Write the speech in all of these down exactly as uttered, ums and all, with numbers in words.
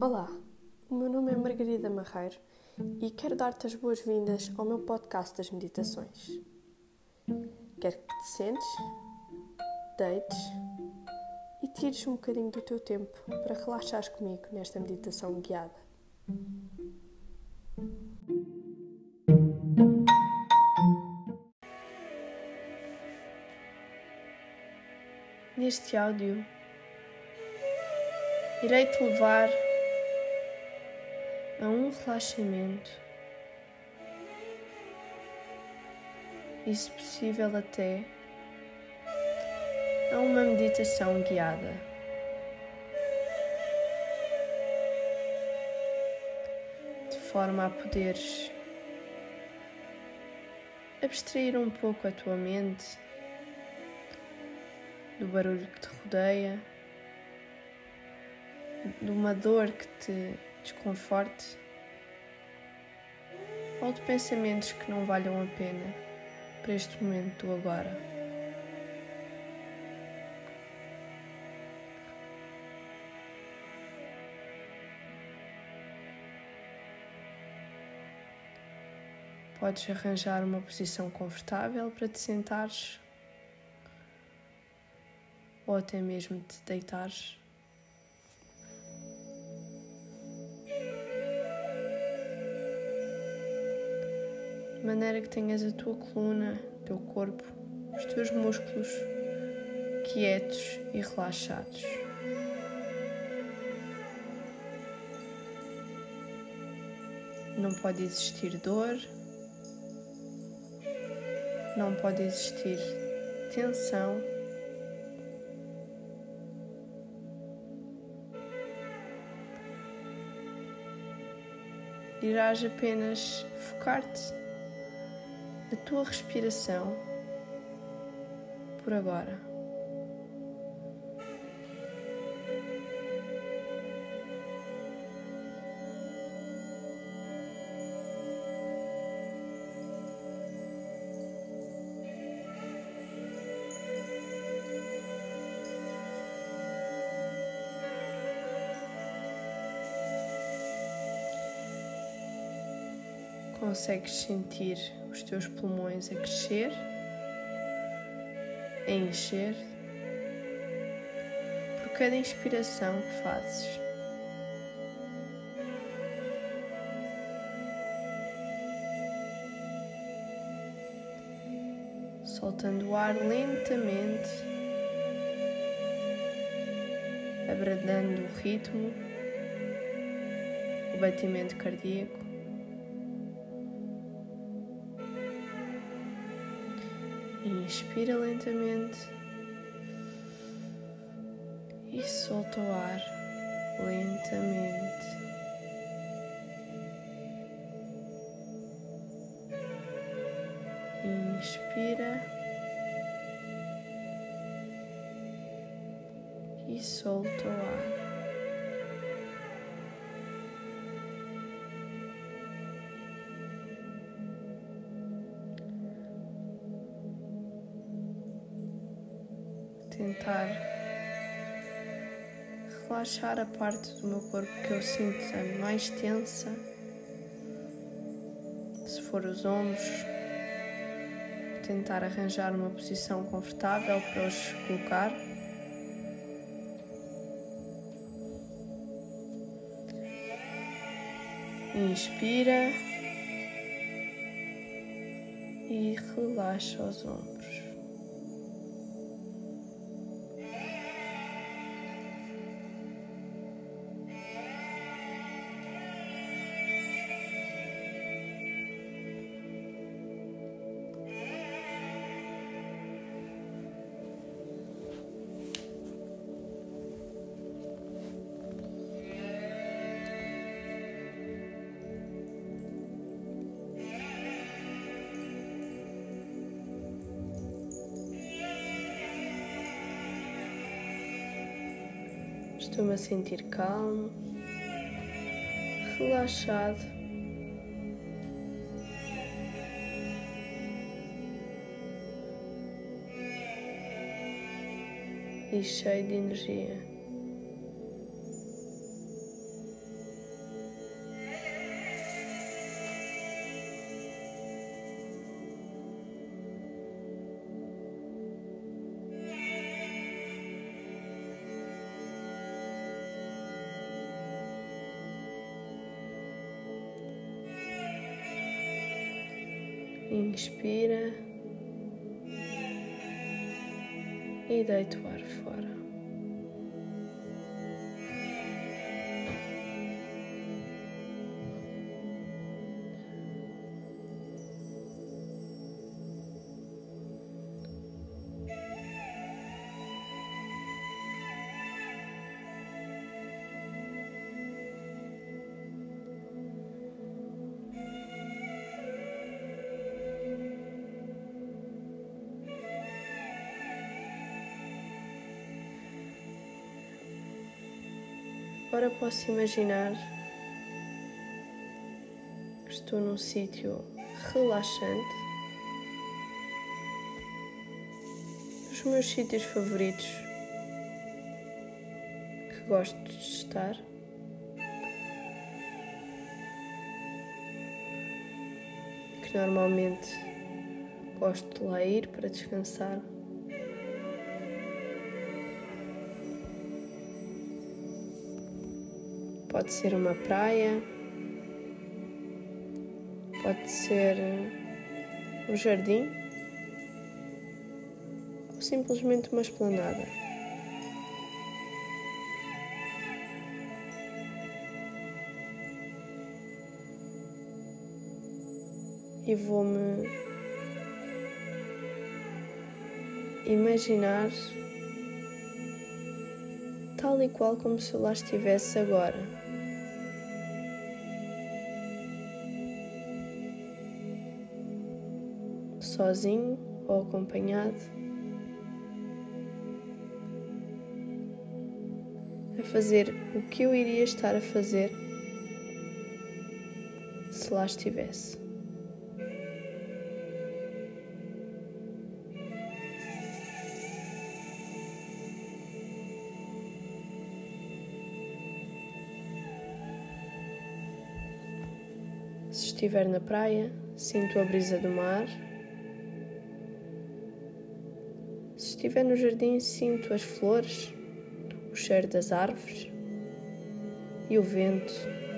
Olá, o meu nome é Margarida Marreiro e quero dar-te as boas-vindas ao meu podcast das meditações. Quero que te sentes, deites e tires um bocadinho do teu tempo para relaxares comigo nesta meditação guiada. Neste áudio, irei-te levar a um relaxamento e, se possível, até a uma meditação guiada. De forma a poderes abstrair um pouco a tua mente do barulho que te rodeia, de uma dor que te desconforte ou de pensamentos que não valham a pena para este momento do agora. Podes arranjar uma posição confortável para te sentares ou até mesmo te deitares. De maneira que tenhas a tua coluna, o teu corpo, os teus músculos quietos e relaxados. Não pode existir dor, não pode existir tensão. Irás apenas focar-te na tua respiração por agora. Consegues sentir os teus pulmões a crescer, a encher, por cada inspiração que fazes. Soltando o ar lentamente, abrandando o ritmo, o batimento cardíaco. Inspira lentamente e solta o ar lentamente. Inspira e solta o ar. Tentar relaxar a parte do meu corpo que eu sinto mais tensa. Se for os ombros, tentar arranjar uma posição confortável para os colocar. Inspira e relaxa os ombros. Estou-me a sentir calmo, relaxado e cheio de energia. Inspira e deita o ar fora. Agora posso imaginar que estou num sítio relaxante, dos meus sítios favoritos que gosto de estar. Que normalmente gosto de lá ir para descansar. Pode ser uma praia, pode ser um jardim ou simplesmente uma esplanada. E vou-me imaginar tal e qual como se eu lá estivesse agora. Sozinho ou acompanhado, a fazer o que eu iria estar a fazer se lá estivesse. Se estiver na praia, sinto a brisa do mar. Se estiver no jardim, sinto as flores, o cheiro das árvores e o vento.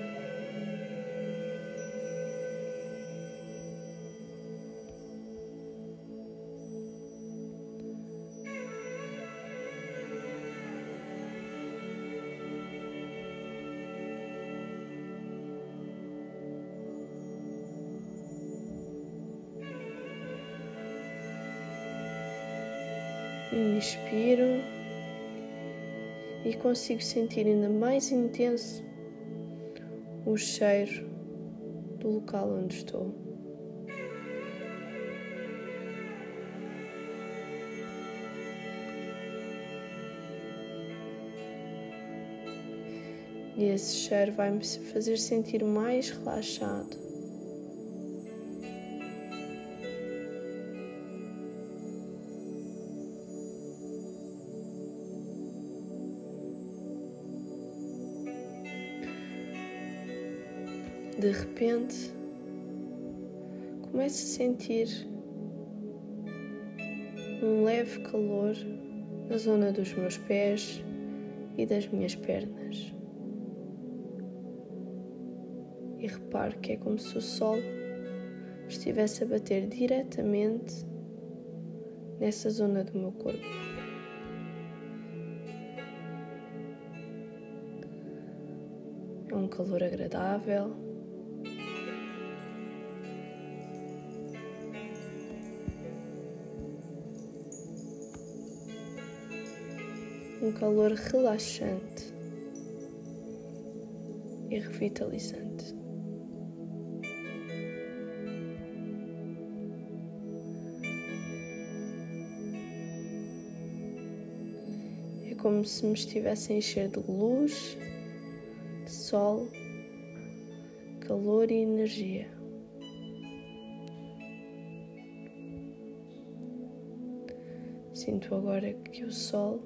Inspiro e consigo sentir ainda mais intenso o cheiro do local onde estou. E esse cheiro vai-me fazer sentir mais relaxado. De repente, começo a sentir um leve calor na zona dos meus pés e das minhas pernas. E reparo que é como se o sol estivesse a bater diretamente nessa zona do meu corpo. É um calor agradável. Um calor relaxante e revitalizante. É como se me estivesse a encher de luz, de sol, calor e energia. Sinto agora que o sol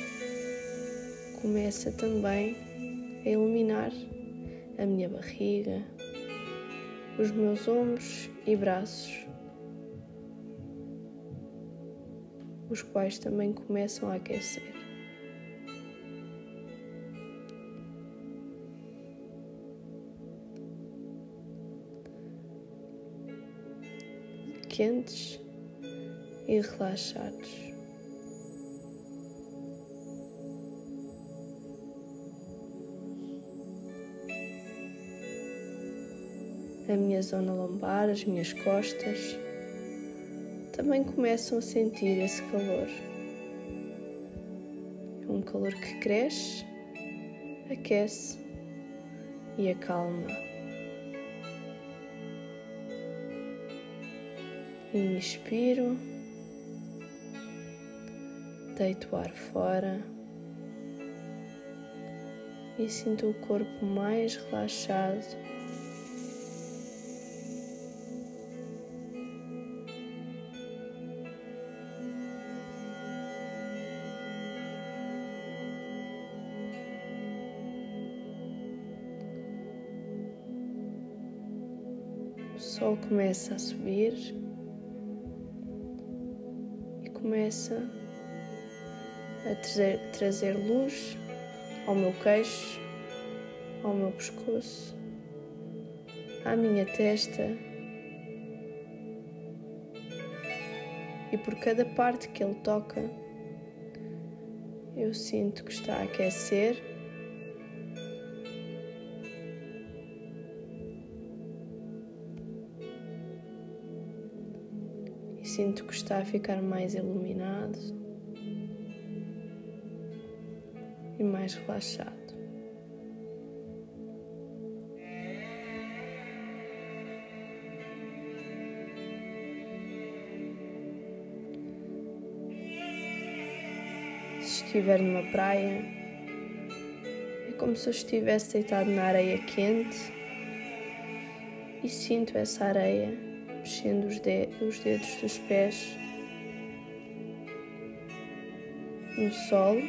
começa também a iluminar a minha barriga, os meus ombros e braços, os quais também começam a aquecer. quentes e relaxados. A minha zona lombar, as minhas costas, também começam a sentir esse calor. Um calor que cresce, aquece e acalma. Inspiro, deito o ar fora e sinto o corpo mais relaxado. O sol começa a subir e começa a trazer, trazer luz ao meu queixo, ao meu pescoço, à minha testa, e por cada parte que ele toca, eu sinto que está a aquecer e sinto que está a ficar mais iluminado e mais relaxado. Se estiver numa praia, é como se eu estivesse deitado na areia quente e sinto essa areia mexendo os, de- os dedos dos pés no solo,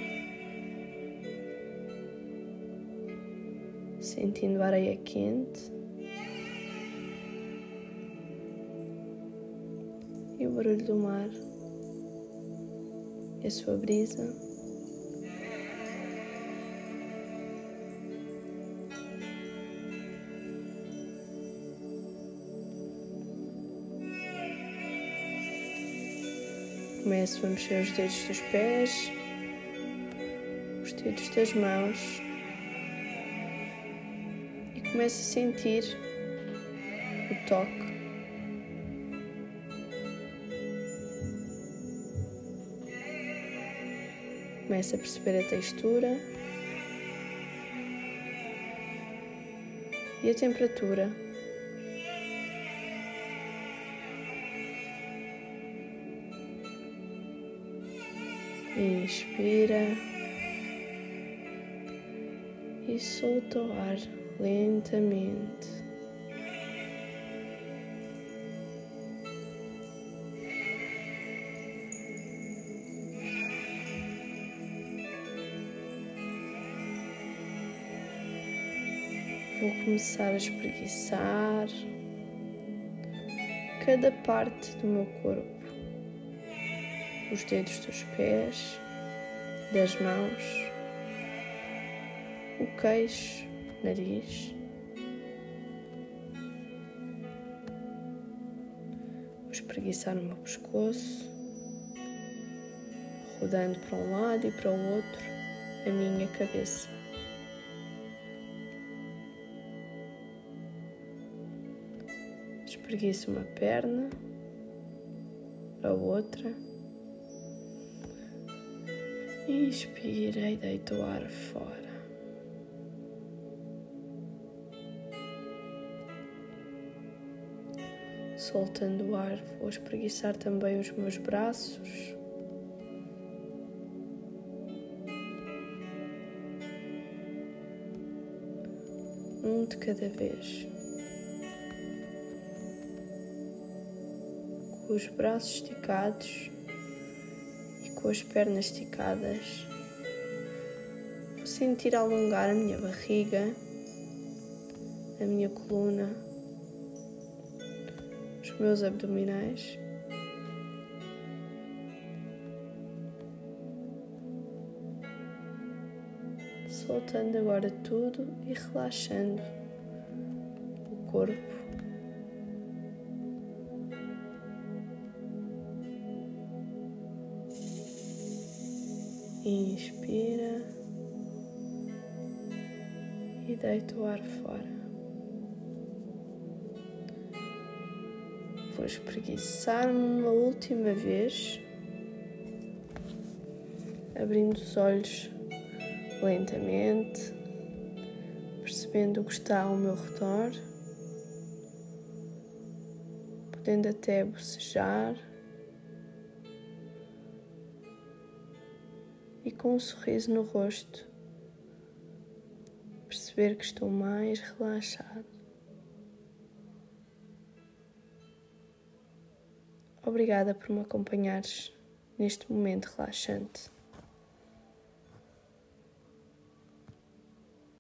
sentindo a areia quente e o barulho do mar e a sua brisa. Começo a mexer os dedos dos pés, os dedos das mãos e começo a sentir o toque. Começo a perceber a textura e a temperatura. Inspira e solta o ar lentamente. Vou começar a espreguiçar cada parte do meu corpo. Os dedos dos pés, das mãos, o queixo, nariz, vou espreguiçar no meu pescoço, rodando para um lado e para o outro a minha cabeça. Espreguiço uma perna, a outra. Inspira e deita o ar fora. Soltando o ar, vou espreguiçar também os meus braços. Um de cada vez. Com os braços esticados com as pernas esticadas, vou sentir alongar a minha barriga, a minha coluna, os meus abdominais. Soltando agora tudo e relaxando o corpo. Inspira e deita o ar fora. Vou espreguiçar-me uma última vez, abrindo os olhos lentamente, percebendo o que está ao meu redor, podendo até bocejar e com um sorriso no rosto, perceber que estou mais relaxado. Obrigada por me acompanhares neste momento relaxante.